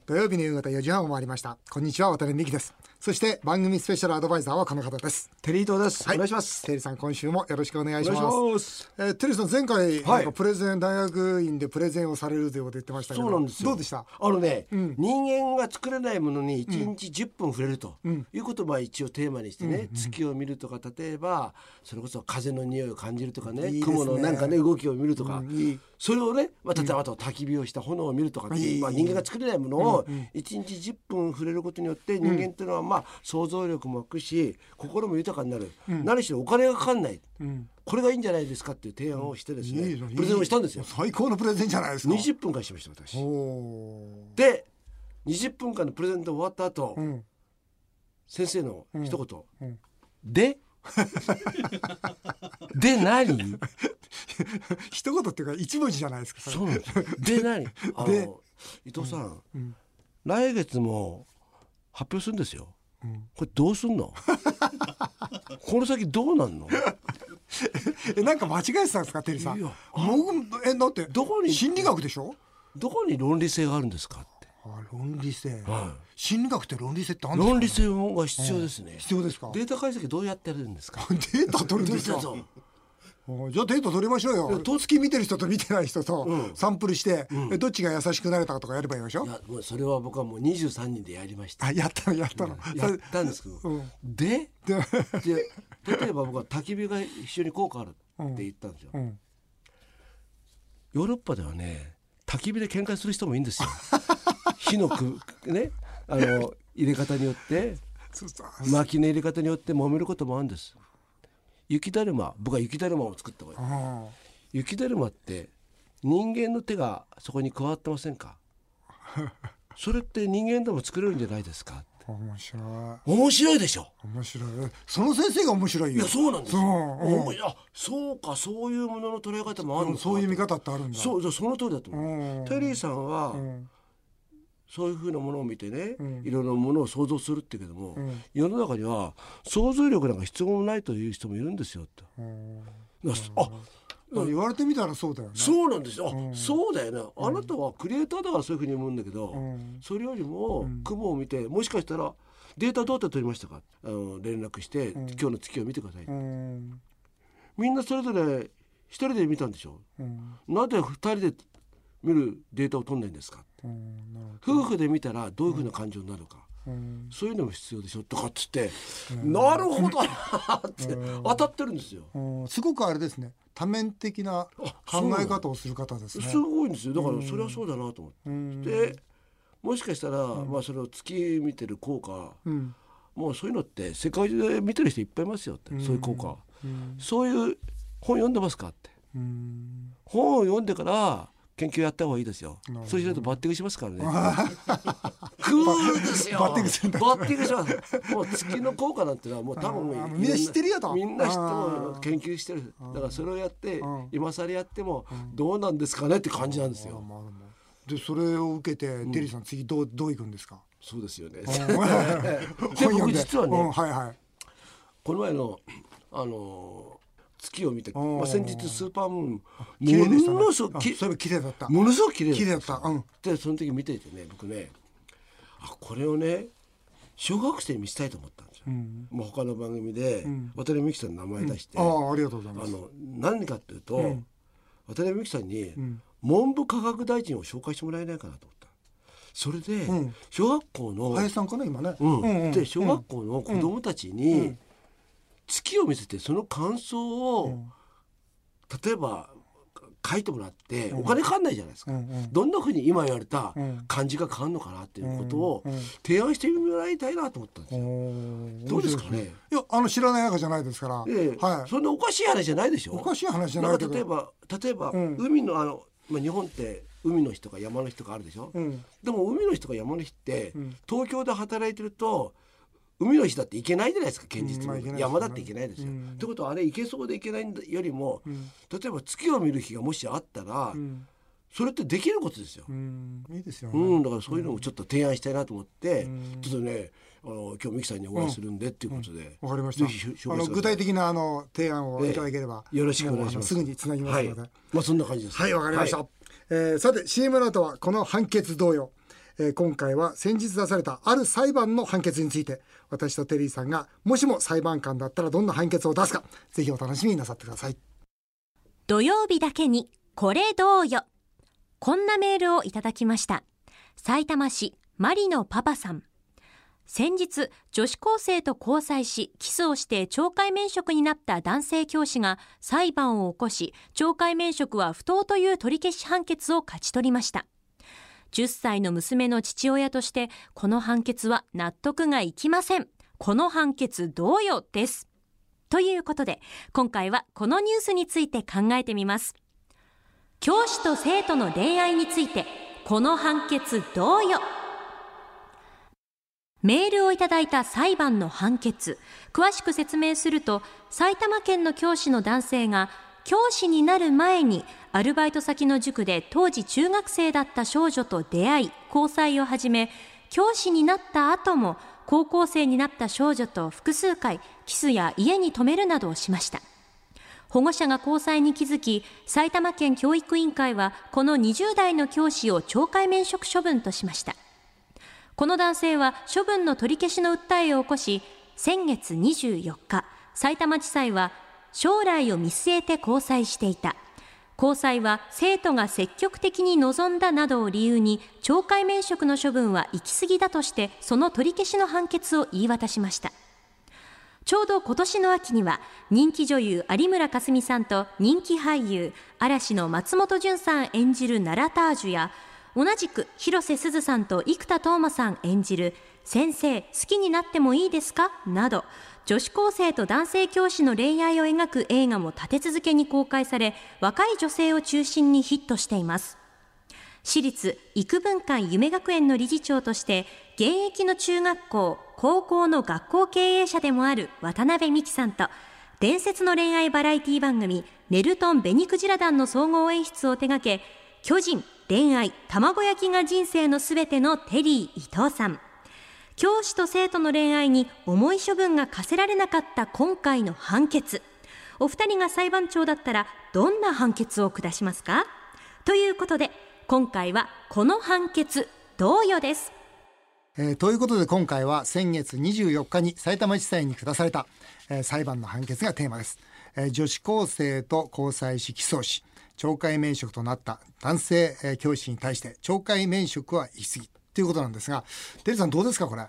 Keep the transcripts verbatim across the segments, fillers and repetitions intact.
土曜日の夕方よじはんを回りました。こんにちは、渡辺美希です。そして番組スペシャルアドバイザーはこの方です。 テリー東です、 はい、 お願いします。 テリーさん、今週もよろしくお願いします。 お願いします。 えー、テリーさん、前回、 はい、 なんかプレゼン大学院でプレゼンをされるということを言ってましたけど、 そうなんですよ。 どうでした？ あのね、 うん、 人間が作れないものにいちにちじゅっぷん触れるということをまあ一応テーマにしてね、うんうん、月を見るとか、例えばそれこそ風の匂いを感じるとかね、いい雲のなんかね動きを見るとか、うん、いいそれをね、まあ、例えばあと焚き火をした炎を見るとか、うん、まあ、人間が作れないものをいちにちじゅっぷん触れることによって人間っていうのはまあ想像力も湧くし心も豊かになる、うん、何しろお金がかかんない、うん、これがいいんじゃないですかっていう提案をしてですね、うん、いいプレゼンをしたんですよ。 最高のプレゼンじゃないですか。 にじゅっぷんかんしました私。でにじゅっぷんかんのプレゼント終わった後、うん、先生の一言、うんうん、でで何一言っていうか一文字じゃないですか。そそうなんですで何あでの伊藤さん、うんうん、来月も発表するんですよ、うん、これどうすんのこの先どうなんのえ、なんか間違えてたんですか、テリーさん。いや、僕えだってどこに心理学でしょ。 どこに論理性があるんですかって。 あ、論理性、 はい、 心理学って論理性ってあるんですか、ね、 論理性が必要ですね、 うん、必要ですか。 データ解析どうやってやるんですかデータ取るんですか。じゃあデータ取りましょうよ。月見てる人と見てない人とサンプルして、うん、どっちが優しくなれたかとかやればいいでしょ。 いや、もうそれは僕はもうにじゅうさんにんでやりました。 あ、やったのやったの、 うん、やったんですけど、うん、でで例えば僕は焚き火が非常に効果あるって言ったんですよ、うんうん、ヨーロッパではね、焚き火で喧嘩する人もいいんですよ火のく、ね、あの入れ方によって薪の入れ方によって揉めることもあるんです。雪だるま、僕は雪だるまを作った方がいい。雪だるまって人間の手がそこに加わってませんかそれって人間でも作れるんじゃないですか。 面白い。 面白いでしょ。 面白い。その先生が面白いよ。 いや、そうなんですよ。 そう、うん、 あ、そうか、そういうものの捉え方もあるのか。 そういう見方ってあるんだ。 そう、その通りだと思う。テリーさんは、うん、そういうふうなものを見てね、うん、いろいろなものを想像するって言うけども、うん、世の中には想像力なんか必要もないという人もいるんですよって。あ、 言われてみたらそうだよね。 そうなんですよ、うん、そうだよね、うん、あなたはクリエイターだからそういうふうに思うんだけど、うん、それよりも雲を見て、もしかしたらデータどうやって取りましたか、あの連絡して、うん、今日の月を見てください、うん、みんなそれぞれ一人で見たんでしょ、うん、なんで二人で見るデータを取んないんですか、うん、夫婦で見たらどういうふうな感情になるか、うん、そういうのも必要でしょとかっつって、うん、なるほどなって、うん、当たってるんですよ、 うん、すごくあれですね、多面的な考え方をする方ですね。 すごいんですよ。だからそれはそうだなと思って、うん、でもしかしたら、うん、まあ、それを月見てる効果、うん、もうそういうのって世界中で見てる人いっぱいいますよって、うん、そういう効果、うん、そういう本読んでますかって、うん、本を読んでから研究やった方がいいですよ。そうしないとバッティングしますからねクールですよ。 バッティングするんだ。 バッティングしますもう月の効果なんてのはもう多分みんな知ってるよと。 みんな知っても研究してる。だからそれをやって今更やってもどうなんですかねって感じなんですよ。 でそれを受けて、うん、テリーさん次どうどういくんですか。 そうですよねで僕実はね、うん、はいはい、この前のあのー月を見て、まあ、先日スーパームーン綺麗でしたね。 ものすごくきそれ綺麗だった。 ものすごく綺麗だった。 綺麗だった、うん、 でその時見ていてね、僕ね、あ、これをね小学生に見せたいと思ったんですよ、うん、もう他の番組で、うん、渡辺美樹さんの名前出して、うん、 あ, ありがとうございます。 あの何かっていうと、うん、渡辺美樹さんに、うん、文部科学大臣を紹介してもらえないかなと思った。それで、うん、小学校の林さんかな今ね、 うんうんうん、で小学校の子どもたちに、うん、月を見せてその感想を、うん、例えば書いてもらってお金かかんないじゃないですか、うんうん、どんなふうに今言われた漢字が変わるのかなっていうことを提案してもらいたいなと思ったんですよ、うん、どうですかね。 いや、あの知らない中じゃないですから、 ええ、はい、そんなおかしい話じゃないでしょ。 おかしい話じゃないけど、 例えば例えば、うん、海のあの、まあ、日本って海の日とか山の日とかあるでしょ、うん、でも海の日とか山の日って、うん、東京で働いてると海の日だって行けないじゃないですか、現実に、うん、まあね、山だって行けないですよ、うん、ってことはあれ行けそうで行けないよりも、うん、例えば月を見る日がもしあったら、うん、それってできることですよ、うん、 いいですよね、 うん、だからそういうのもちょっと提案したいなと思って、うん、ちょっとね、あの今日ミキさんにお会いするんでっていうことで、 うんうん、わかりました。ぜひあの具体的なあの提案をいただければ、 えー、よろしくお願いします。 すぐにつなぎますので、はい、 まあそんな感じです。 はい、わかりました、はい、えー、さて シーエム の後はこの判決同様、 えー、今回は先日出されたある裁判の判決について、私とテリーさんがもしも裁判官だったらどんな判決を出すか、ぜひお楽しみになさってください。 土曜日だけにこれどうよ。こんなメールをいただきました。さいたま市マリのパパさん。先日女子高生と交際しキスをして懲戒免職になった男性教師が裁判を起こし、懲戒免職は不当という取り消し判決を勝ち取りました。じゅっさいの娘の父親としてこの判決は納得がいきません。この判決どうよです。ということで今回はこのニュースについて考えてみます。教師と生徒の恋愛についてこの判決どうよ。メールをいただいた裁判の判決、詳しく説明すると、埼玉県の教師の男性が教師になる前にアルバイト先の塾で当時中学生だった少女と出会い交際を始め、教師になった後も高校生になった少女と複数回キスや家に泊めるなどをしました。保護者が交際に気づき、埼玉県教育委員会はこのにじゅう代の教師を懲戒免職処分としました。この男性は処分の取り消しの訴えを起こし、先月にじゅうよっか、さいたま地裁は将来を見据えて交際していた。高裁は生徒が積極的に望んだなどを理由に懲戒免職の処分は行き過ぎだとして、その取り消しの判決を言い渡しました。ちょうど今年の秋には人気女優有村架純さんと人気俳優嵐の松本潤さん演じるナラタージュや、同じく広瀬すずさんと生田斗真さん演じる先生好きになってもいいですかなど、女子高生と男性教師の恋愛を描く映画も立て続けに公開され、若い女性を中心にヒットしています。私立育文館夢学園の理事長として現役の中学校高校の学校経営者でもある渡辺美樹さんと、伝説の恋愛バラエティ番組ネルトン紅クジラ団の総合演出を手掛け、巨人恋愛卵焼きが人生のすべてのテリー伊藤さん。教師と生徒の恋愛に重い処分が課せられなかった今回の判決、お二人が裁判長だったらどんな判決を下しますか？ということで今回はこの判決どうよです。 えー、ということで今回は先月にじゅうよっかにさいたま地裁に下された、えー、裁判の判決がテーマです。えー、女子高生と交際し起訴し懲戒免職となった男性、えー、教師に対して懲戒免職は行き過ぎということなんですが、テリーさんどうですかこれ。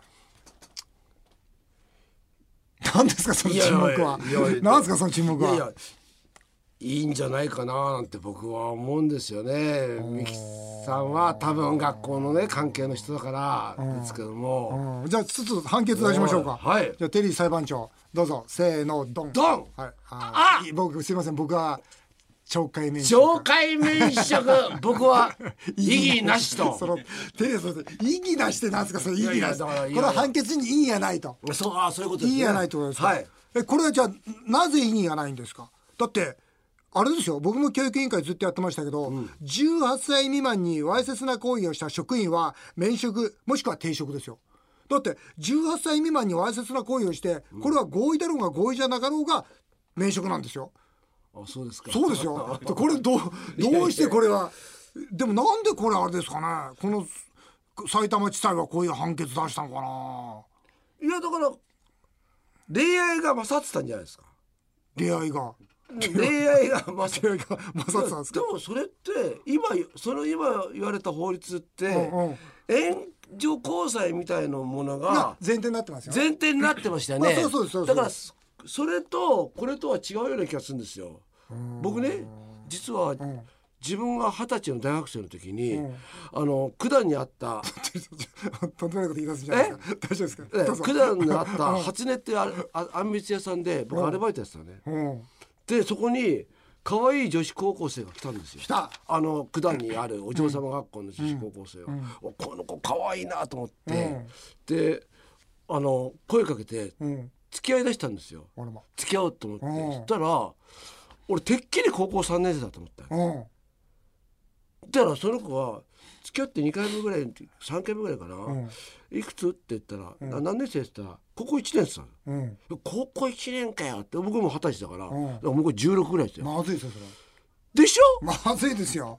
何ですかその沈黙は。何ですかその沈黙は。いやいやいいんじゃないかななんて僕は思うんですよね。ミキさんは多分学校のね関係の人だからですけども、 じゃあちょっと判決出しましょうか。 はい、 じゃあテリー裁判長どうぞ。せーのドンドン。 はい、ああ僕すいません、僕は懲戒免職懲戒免職僕は異議なしと。 そのテリーさん異議なしってなんですかそれ。異議なし、これは判決に意義がないと。 そう、あそういうことですね。 意義がないってことですか。 はい、 えこれはじゃあなぜ意義がないんですか。だってあれですよ、僕も教育委員会ずっとやってましたけど、うん、じゅうはっさい未満にわいせつな行為をした職員は免職もしくは停職ですよ。だってじゅうはっさい未満にわいせつな行為をしてこれは合意だろうが合意じゃなかろうが免職なんですよ。 あそうですか。 そうですよ。これどうどうしてこれはでもなんでこれあれですかね、この埼玉地裁はこういう判決出したのかな。 いやだから恋愛が勝ってたんじゃないですか。 恋愛が恋愛が勝ってたんですか。 でもそれって今その今言われた法律って、うんうん、援助交際みたいなものが前提になってますよ。 前提になってましたよね。そうそうそうそう。だからそれとこれとは違うような気がするんですよ。僕ね実は、うん、自分が二十歳の大学生の時に、うん、あの九段にあったとんでもないこと言い出すじゃないですか。大丈夫ですか。 九段にあった初音ってああんみつ屋さんで僕アルバイトやってたね、うん、でそこに可愛い女子高校生が来たんですよ。 来たあの九段にあるお嬢様学校の女子高校生を、うんうん、この子可愛いなと思って、うん、であの声かけて、うん付き合いだしたんですよ。付き合おうと思って、うん、そしたら俺てっきり高校さんねん生だと思ったんです、うん、だからその子は付き合ってにかいめぐらいさんかいめぐらいかな、うん、いくつって言ったら、うん、何年生って言ったら高校いちねん生だ、うん、高校いちねんかよって僕も二十歳だから、うん、だから僕じゅうろくぐらいですよ。 まずいですよそれ。 でしょ。 まずいですよ。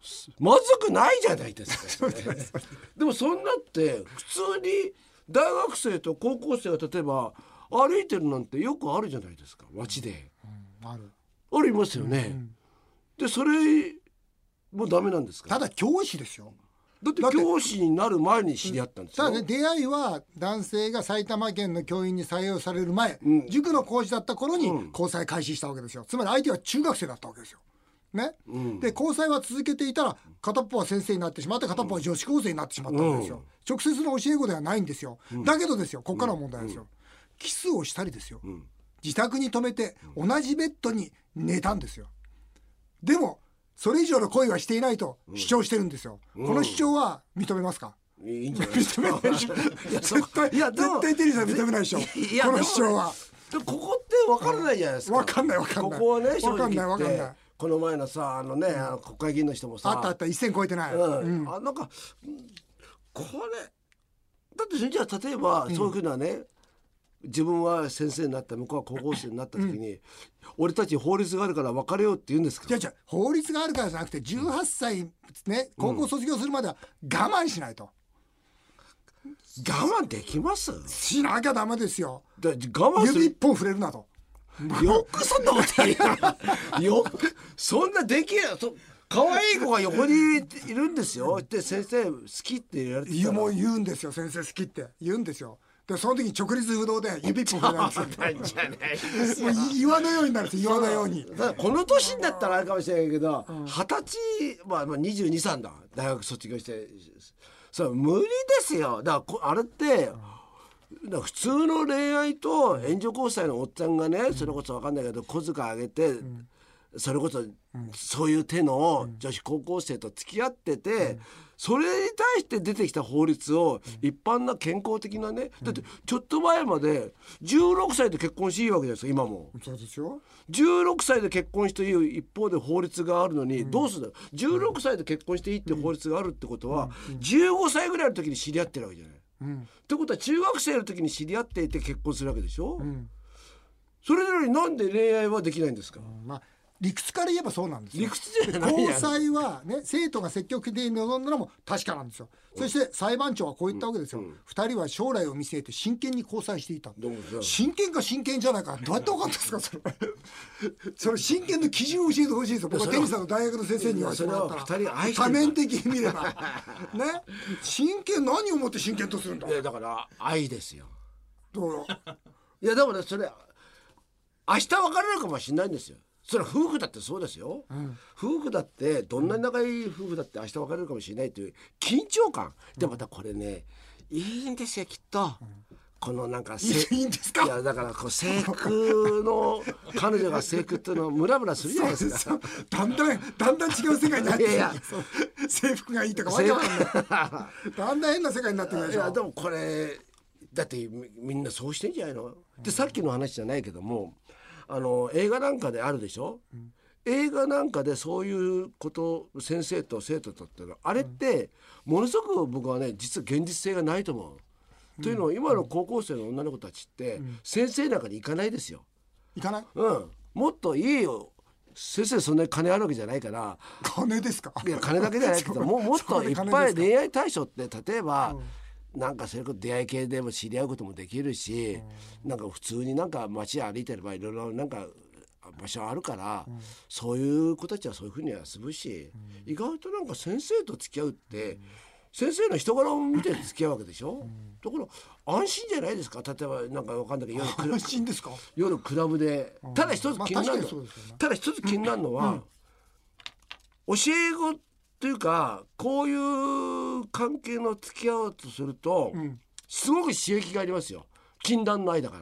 まずくないじゃないですかでもそんなって普通に大学生と高校生が例えば歩いてるなんてよくあるじゃないですか街で、 うん、あるありますよね、うんうん、でそれもうダメなんですか。 ただ教師ですよ。 だって教師になる前に知り合ったんですよ。 ただね、出会いは男性が埼玉県の教員に採用される前、うん、塾の講師だった頃に交際開始したわけですよ。つまり相手は中学生だったわけですよね、うん、で交際は続けていたら片っぽは先生になってしまって片っぽは女子高生になってしまったわけですよ、うん、直接の教え子ではないんですよ、うん、だけどですよ、ここからの問題ですよ、うん、キスをしたりですよ、うん、自宅に泊めて同じベッドに寝たんですよ。でもそれ以上の行為はしていないと主張してるんですよ、うん、この主張は認めますか。 いいんじゃないですか。認めないでしょ絶対いや絶対テリーさん認めないでしょこの主張は。 でここって分からないじゃないですか。 分かんない分かんない。 ここはね、 分かんない分かんない。 この前のさあのね、うん、あの国会議員の人もさあったあった一線超えてない、 うんうん、あなんかこれだってじゃあ例えば、うん、そういうふうなね自分は先生になった向こうは高校生になった時に、うん、俺たち法律があるから別れようって言うんですか。 じゃあじゃあ法律があるからじゃなくてじゅうはっさいね高校卒業するまでは我慢しないと、 うん、我慢できます。 しなきゃダメですよ。 だ我慢する指一本触れるなと。 よくそんなこと言うよくそんなできや可愛い子が横にいるんですよ。で先生好きって言われてたらもう言うんですよ。先生好きって言うんですよ。でその時に直立不動で指一本触れないんですよ。もう岩のようになるんですよ。岩のように。 だからこの年になったらあるかもしれないけど二十、うん、歳、まあ、まあにじゅうに、さんだ大学卒業してそう無理ですよ。だからあれって、うん、普通の恋愛と援助交際のおっちゃんがね、うん、それこそ分かんないけど小遣いあげて、うん、それこそ、うん、そういう手の女子高校生と付き合ってて、うん、それに対して出てきた法律を一般な健康的なね、うん、だってちょっと前までじゅうろくさいで結婚していいわけじゃないですか。今もそうですよ。 じゅうろくさいで結婚していい一方で法律があるのに、うん、どうするんだ。じゅうろくさいで結婚していいって法律があるってことは、うんうん、じゅうごさいぐらいの時に知り合ってるわけじゃない、うん、ってことは中学生の時に知り合っていて結婚するわけでしょ、うん、それなのになんで恋愛はできないんですか、 うんまあ理屈から言えばそうなんですよ。 理屈じゃないやん。 交際はね生徒が積極的に望んだのも確かなんですよ、うん、そして裁判長はこう言ったわけですよ、うんうん、ふたりは将来を見据えて真剣に交際していた。真剣か真剣じゃないかどうやって分かるんですかそれそれ真剣の基準を教えてほしいですよ。僕はテニスの大学の先生に言わせてもらったら多面的に見ればね真剣何をもって真剣とするんだ。 いやだから愛ですよ。 どういやだからそれ明日別れるかもしれないんですよ。それは夫婦だってそうですよ、うん、夫婦だってどんなに仲いい夫婦だって明日別れるかもしれないという緊張感、うん、でまたこれねいいんですよきっと、うん、このなんかいいんですか。 いやだからこう制服の彼女が制服っていうのをムラムラするじゃないですかだんだんだんだん違う世界になっていやいや制服がいいとかわけわかんないだんだん変な世界になってくるでしょ。 いやでもこれだってみんなそうしてんじゃないの、うん、でさっきの話じゃないけどもあの映画なんかであるでしょ、うん、映画なんかでそういうこと先生と生徒とってのあれってものすごく僕はね実は現実性がないと思う、うん、というのは今の高校生の女の子たちって先生なんかに行かないですよ。 行かない、 うん、もっといいよ先生そんなに金あるわけじゃないから金ですか。 いや金だけじゃないけども, もっといっぱい恋愛対象って例えば、うんなんかそれこそ出会い系でも知り合うこともできるし、うん、なんか普通になんか街歩いてればいろいろなんか場所あるから、うん、そういう子たちはそういうふうに遊ぶし、うん、意外となんか先生と付き合うって、うん、先生の人柄を見て付き合うわけでしょ、うん、だから安心じゃないですか。例えばなんかわかんないけど夜安心ですか。 夜クラブで、うん、ただ一つ気になるの、まあね、ただ一つ気になるのは、うん、教え子というかこういう関係の付き合おうとすると、うん、すごく刺激がありますよ。禁断の愛だから。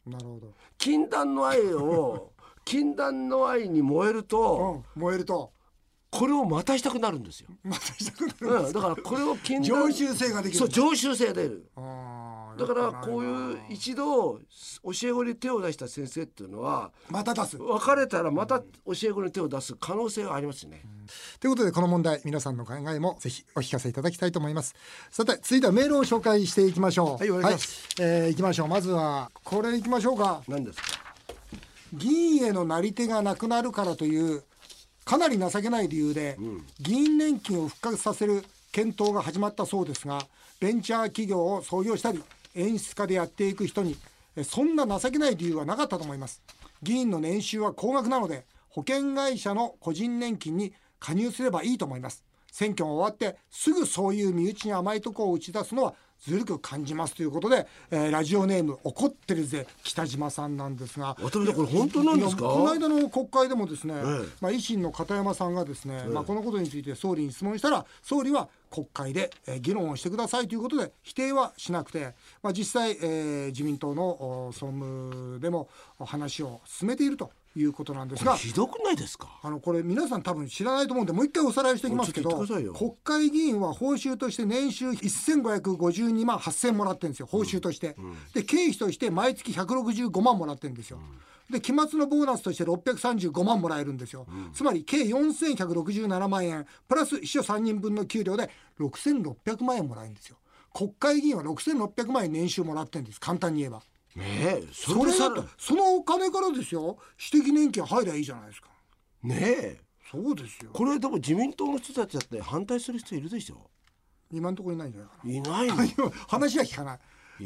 なるほど。 禁断の愛を禁断の愛に燃えると、 うん、燃えるとこれをまたしたくなるんですよ。 またしたくなるんですか、 うん、だからこれを禁断常習性ができる。 そう常習性が出る。あだからこういう一度教え子に手を出した先生っていうのはまた出す別れたらまた教え子に手を出す可能性がありますね、 うん、ということでこの問題皆さんの考えもぜひお聞かせいただきたいと思います。さて続いてはメールを紹介していきましょう。 はいお願いします、 はいえー、いきましょう。まずはこれいきましょうか。 何ですか。 議員へのなり手がなくなるからというかなり情けない理由で、うん、議員年金を復活させる検討が始まったそうですが、ベンチャー企業を創業したり演出家でやっていく人にそんな情けない理由はなかったと思います。議員の年収は高額なので保険会社の個人年金に加入すればいいと思います。選挙が終わってすぐそういう身内に甘いとこを打ち出すのはずるく感じますということで、えー、ラジオネーム怒ってるぜ北島さんなんですが、 渡辺さんこれ本当なんですか？ この間の国会でもですね、ええまあ、維新の片山さんがですね、ええまあ、このことについて総理に質問したら、総理は国会で、えー、議論をしてくださいということで否定はしなくて、まあ、実際、えー、自民党の総務でも話を進めているということなんですが、 ひどくないですか？ あのこれ皆さん多分知らないと思うんでもう一回おさらいしておきますけど、国会議員は報酬として年収せんごひゃくごじゅうにまんはっせんもらってるんですよ、報酬として、うんうん、で経費として毎月ひゃくろくじゅうごまんもらってるんですよ、うん、で期末のボーナスとしてろっぴゃくさんじゅうごまんもらえるんですよ、うん、つまり計よんせんひゃくろくじゅうななまんえんプラス秘書さんにんぶんの給料でろくせんろっぴゃくまんえんもらえるんですよ。国会議員はろくせんろっぴゃくまんえん年収もらってるんです、簡単に言えば。 ねえ、それれさそのお金からですよ、私的年金入りゃいいじゃないですか。 ねえ、 そうですよ。 これでも自民党の人たちだって反対する人いるでしょ。 今のところいないんじゃないかな。いないの話は聞かない。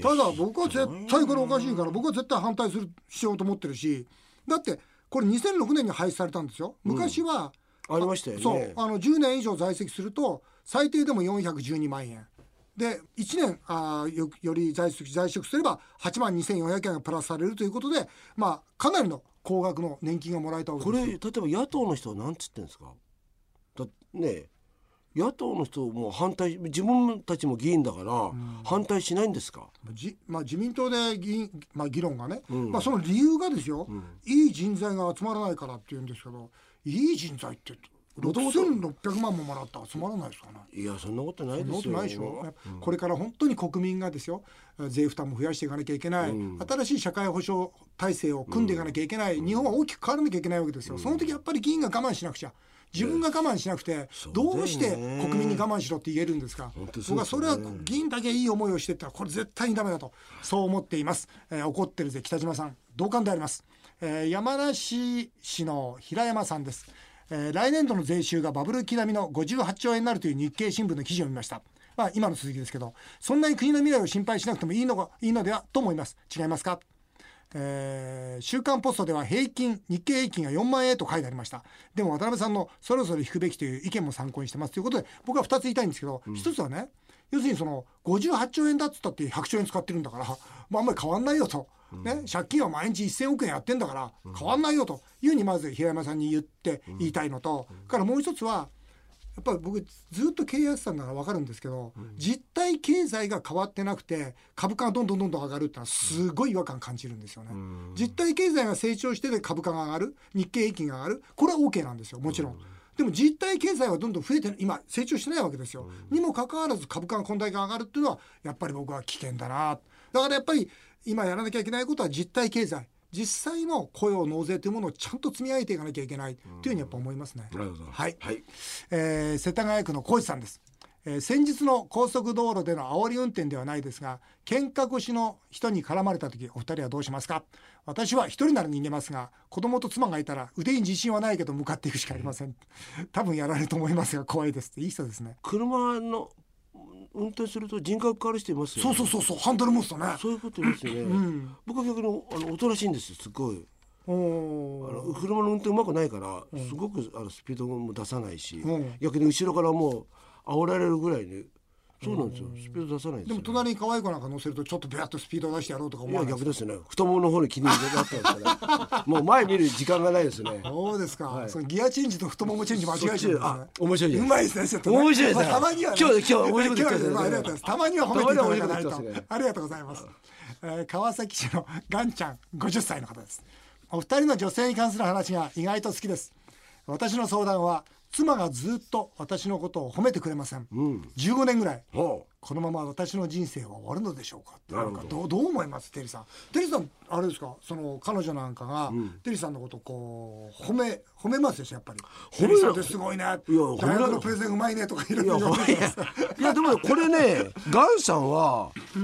ただ僕は絶対これおかしいから、僕は絶対反対するしようと思ってるし、だってこれにせんろくねんに廃止されたんですよ。昔は、 うん、ありましたよね。 そうあのじゅうねん以上在籍すると最低でもよんひゃくじゅうにまんえんで、いちねんあ よ, より在職在職すればはちまんにせんよんひゃくえんがプラスされるということで、まあ、かなりの高額の年金がもらえたわけです。 これ例えば野党の人は何つってんですか？だね、野党の人も反対、自分たちも議員だから反対しないんですか？ じ、まあ、自民党で議員、まあ、議論がね、うんまあ、その理由がですよ、うん、いい人材が集まらないからっていうんですけど、いい人材ってろくせんろっぴゃくまんももらったらつまらないですかね。 いやそんなことないですよ。 そんなことないでしょ、うん、これから本当に国民がですよ、税負担も増やしていかなきゃいけない、うん、新しい社会保障体制を組んでいかなきゃいけない、うん、日本は大きく変わらなきゃいけないわけですよ、うん、その時やっぱり議員が我慢しなくちゃ、自分が我慢しなくてどうして国民に我慢しろって言えるんですか。僕はそれは議員だけいい思いをしてったらこれ絶対にダメだとそう思っています、えー、怒ってるぜ北島さん同感であります、えー、山梨市の平山さんです。えー、来年度の税収がバブル期並みのごじゅうはちちょうえんになるという日経新聞の記事を見ました。まあ、今の続きですけど、そんなに国の未来を心配しなくてもいいのがいいのではと思います。違いますか？えー、週刊ポストでは平均日経平均がよんまんえんと書いてありました。でも渡辺さんのそろそろ引くべきという意見も参考にしてますということで、僕はふたつ言いたいんですけど、うん、ひとつはね、要するにそのごじゅうはちちょうえんだっつったってひゃくちょうえん使ってるんだから、まあ、あんまり変わんないよと。ね、借金は毎日せんおくえんやってんだから変わんないよというふうにまず平山さんに言って言いたいのと、からもう一つはやっぱり僕ずっと経営やってたんだから分かるんですけど、実体経済が変わってなくて株価がどんどんどんどん上がるってのはすごい違和感感じるんですよね。実体経済が成長してで株価が上がる、日経平均が上がる、これは OK なんですよ、もちろん。でも実体経済はどんどん増えて今成長してないわけですよ、にもかかわらず株価がこんだけ上がるっていうのはやっぱり僕は危険だな。だからやっぱり今やらなきゃいけないことは実体経済、実際の雇用納税というものをちゃんと積み上げていかなきゃいけないというふうにやっぱ思いますね。 なるほど、 はい、 はい、 えー、世田谷区の小石さんです。えー、先日の高速道路での煽り運転ではないですが、喧嘩腰の人に絡まれた時お二人はどうしますか？私は一人なら逃げますが、子供と妻がいたら腕に自信はないけど向かっていくしかありません。多分やられると思いますが怖いですって。いい人ですね。 車の運転すると人格変わる人いますよね。 そうそうそうそう、ハンドル持つとね、 そういうことですよね、うん、僕は逆にあのおとなしいんですよ、すごい。おあの車の運転うまくないからすごくあのスピードも出さないし、うん、逆に後ろからもう煽られるぐらいに、そうなんですよ、スピード出さないですよ、ね、 でも隣に可愛い子なんか乗せるとちょっとビャッとスピード出してやろうとか思わないですか？ いや逆ですね、太ももの方に気に入れなったんですからもう前見る時間がないですね。 そうですか、はい、そのギアチェンジと太ももチェンジ間違えてるんですね。あ、 面白いです。 うまいですね、ちょっとね、 面白いですね、 まあ、たまには、ね、 今日今日面白いこと言ってください、 ありがとうございます。たまには褒めていただかないと、ね、ありがとうございます、えー、川崎市のガンちゃんごじゅっさいの方です。お二人の女性に関する話が意外と好きです。私の相談は妻がずっと私のことを褒めてくれません、うん、じゅうごねんぐらい。このまま私の人生は終わるのでしょうかって。なんか ど, うどう思いますテリーさん。テリーさんあれですか、その彼女なんかが、うん、テリーさんのことをこう褒め褒めますでしょ、やっぱり。テリーさんってすごいね、大学のプレゼンうまいねとかいろいろ言われてます。 いやでもこれねガンさんは、うん、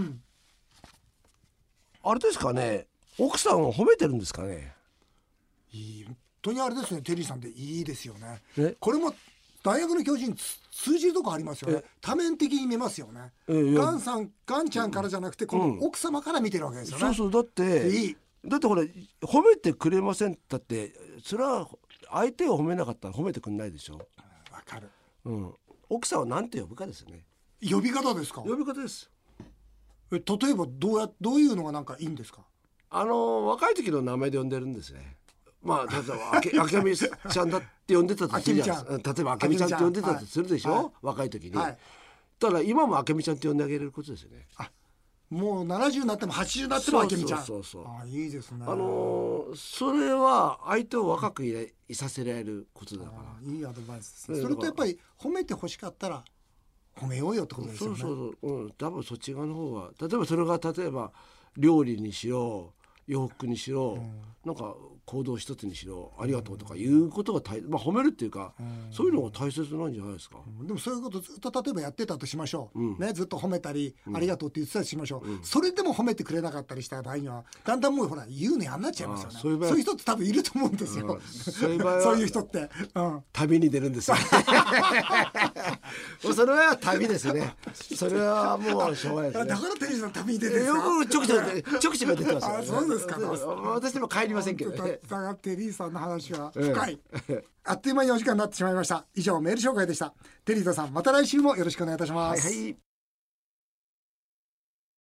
あれですかね、奥さんを褒めてるんですかね。 いい当にあれですね、テリーさんっていいですよね。 えこれも大学の教授に通じるとこありますよね。多面的に見ますよね。ガンさん、ガンちゃんからじゃなくて、この奥様から見てるわけですよね。 そうそう、だっていいだってほら褒めてくれませんだって、それは相手を褒めなかったら褒めてくんないでしょ。 わかる、 うん、奥さんは何て呼ぶかですよね。 呼び方ですか。 呼び方です。 え例えばどうやどういうのがなんかいいんですか。 あの若い時の名前で呼んでるんですね。まあ例えばあけあけみちゃんだって呼んでたとするじゃん。例えばあけみちゃんって呼んでたとするでしょ、はい、若い時に、はい、ただ今もあけみちゃんって呼んであげれることですよね。 あ、もうななじゅうになってもはちじゅうになってもあけみちゃん。 そうそうそうそう。 あ、いいですね。 あのー、それは相手を若くいさせられることだから。 いいアドバイスですね。それとやっぱり褒めて欲しかったら褒めようよってことですよね。 そうそうそう、うん、多分そっち側の方が、例えばそれが例えば料理にしろ洋服にしろ、うん、なんか行動一つにしろありがとうとかいうことが大、まあ、褒めるっていうか、うん、そういうのが大切なんじゃないですか、 うん、でもそういうことずっと例えばやってたとしましょう、うんね、ずっと褒めたり、うん、ありがとうって言ってたとしましょう、うん、それでも褒めてくれなかったりした場合にはだんだんもうほら言うのやんなっちゃいますよね。そういう場合、そういう人って多分いると思うんですよ、うん、そういう場合はそういう人って、うん、 旅に出るんですよそれは旅ですね。それはもうしょうがないですね。 だからテリーさん旅に出てるんですか。 よくちょくちょくちょくちょく出てますよ、ね、 あ、そうですか。 私も帰りませんけどね。 だからテリーさんの話は深い、ええ、あっという間にお時間になってしまいました。以上メール紹介でした。テリーさん、また来週もよろしくお願いいたします。 はいはい。